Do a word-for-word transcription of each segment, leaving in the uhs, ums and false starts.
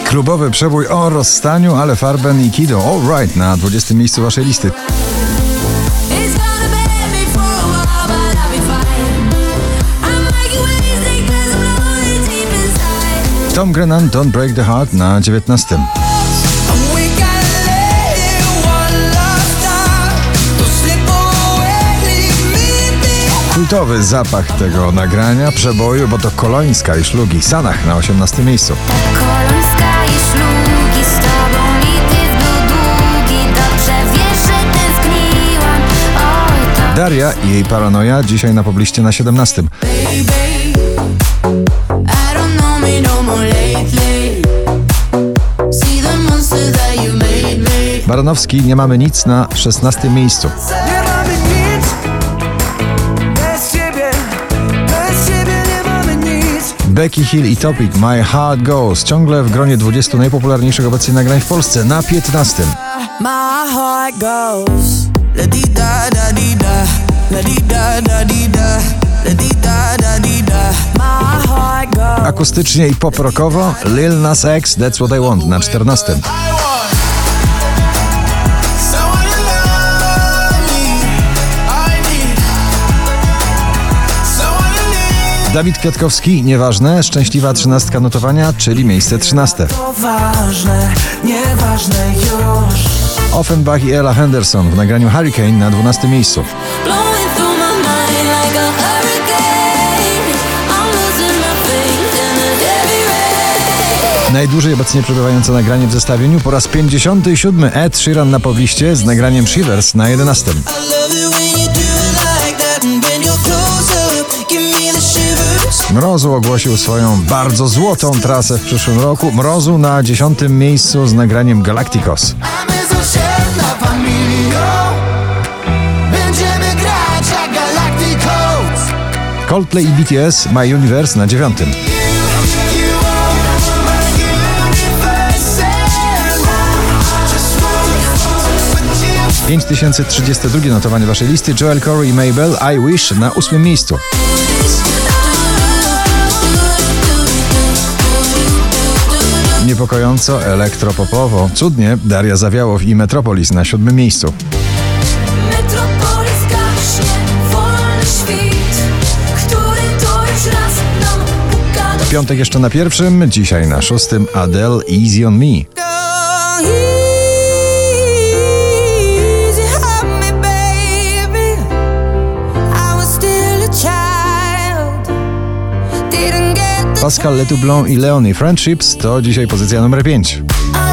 Klubowy przebój o rozstaniu, ale Farben i Kido All Right na dwudziestym miejscu waszej listy. Tom Grennan, Don't Break the Heart na dziewiętnastym. Kultowy zapach tego nagrania, przeboju, bo to Kolońska i Szlugi. Sanach na osiemnastym miejscu. Kolońska i Szlugi, z tobą lity był długi, dobrze wiesz, że tęskniłam. Oj, to... Daria i jej Paranoja dzisiaj na pobliście na siedemnastym. Baranowski, Nie mamy nic na szesnastym miejscu. Nie mamy nic, bez ciebie, bez ciebie nie mamy nic. Becky Hill i Topic, My Heart Goes, ciągle w gronie dwudziestu najpopularniejszych obecnie nagrań w Polsce na piętnastym. My heart goes la-di-da, da-di-da, la-di-da, da-di-da, la-di-da, da-di-da. My heart goes. Akustycznie i pop-rockowo Lil Nas X, That's What I Want na czternastym. Dawid Kwiatkowski, Nieważne, szczęśliwa trzynastka notowania, czyli miejsce trzynaste. To ważne, nieważne już. Offenbach i Ella Henderson w nagraniu Hurricane na dwunastym miejscu. Najdłużej obecnie przebywające nagranie w zestawieniu po raz pięćdziesiąty siódmy Ed Sheeran na pobliście z nagraniem Shivers na jedenastym. Mrozu ogłosił swoją bardzo złotą trasę w przyszłym roku. Mrozu na dziesiątym miejscu z nagraniem Galacticos. Coldplay i B T S, My Universe na dziewiątym. pięć tysięcy trzydzieste drugie notowanie waszej listy. Joel Corey i Mabel, I Wish na ósmym miejscu. Niepokojąco elektropopowo. Cudnie Daria Zawiałow i Metropolis na siódmym miejscu. Metropolis gaśnie, wolny świt, który to już raz nam puka do... W piątek jeszcze na pierwszym, dzisiaj na szóstym Adele, Easy on Me. Pascal Letoublon i Leonie, Friendships to dzisiaj pozycja numer pięć.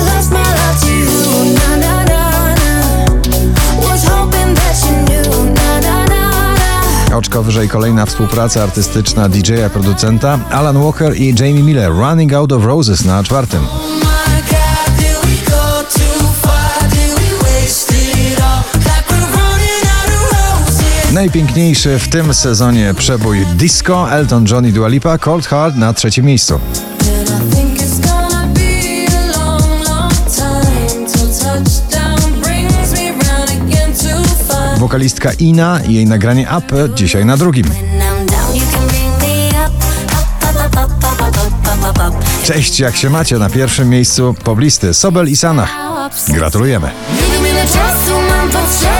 Oczko wyżej kolejna współpraca artystyczna D J a producenta Alan Walker i Jamie Miller, Running Out of Roses na czwartym. Najpiękniejszy w tym sezonie przebój disco Elton John i Dua Lipa, Cold Heart na trzecim miejscu. Wokalistka Ina i jej nagranie Up dzisiaj na drugim. Cześć, jak się macie? Na pierwszym miejscu poblisty Sobel i Sanach. Gratulujemy. Nie wiem, ile czasu mam potrzebne.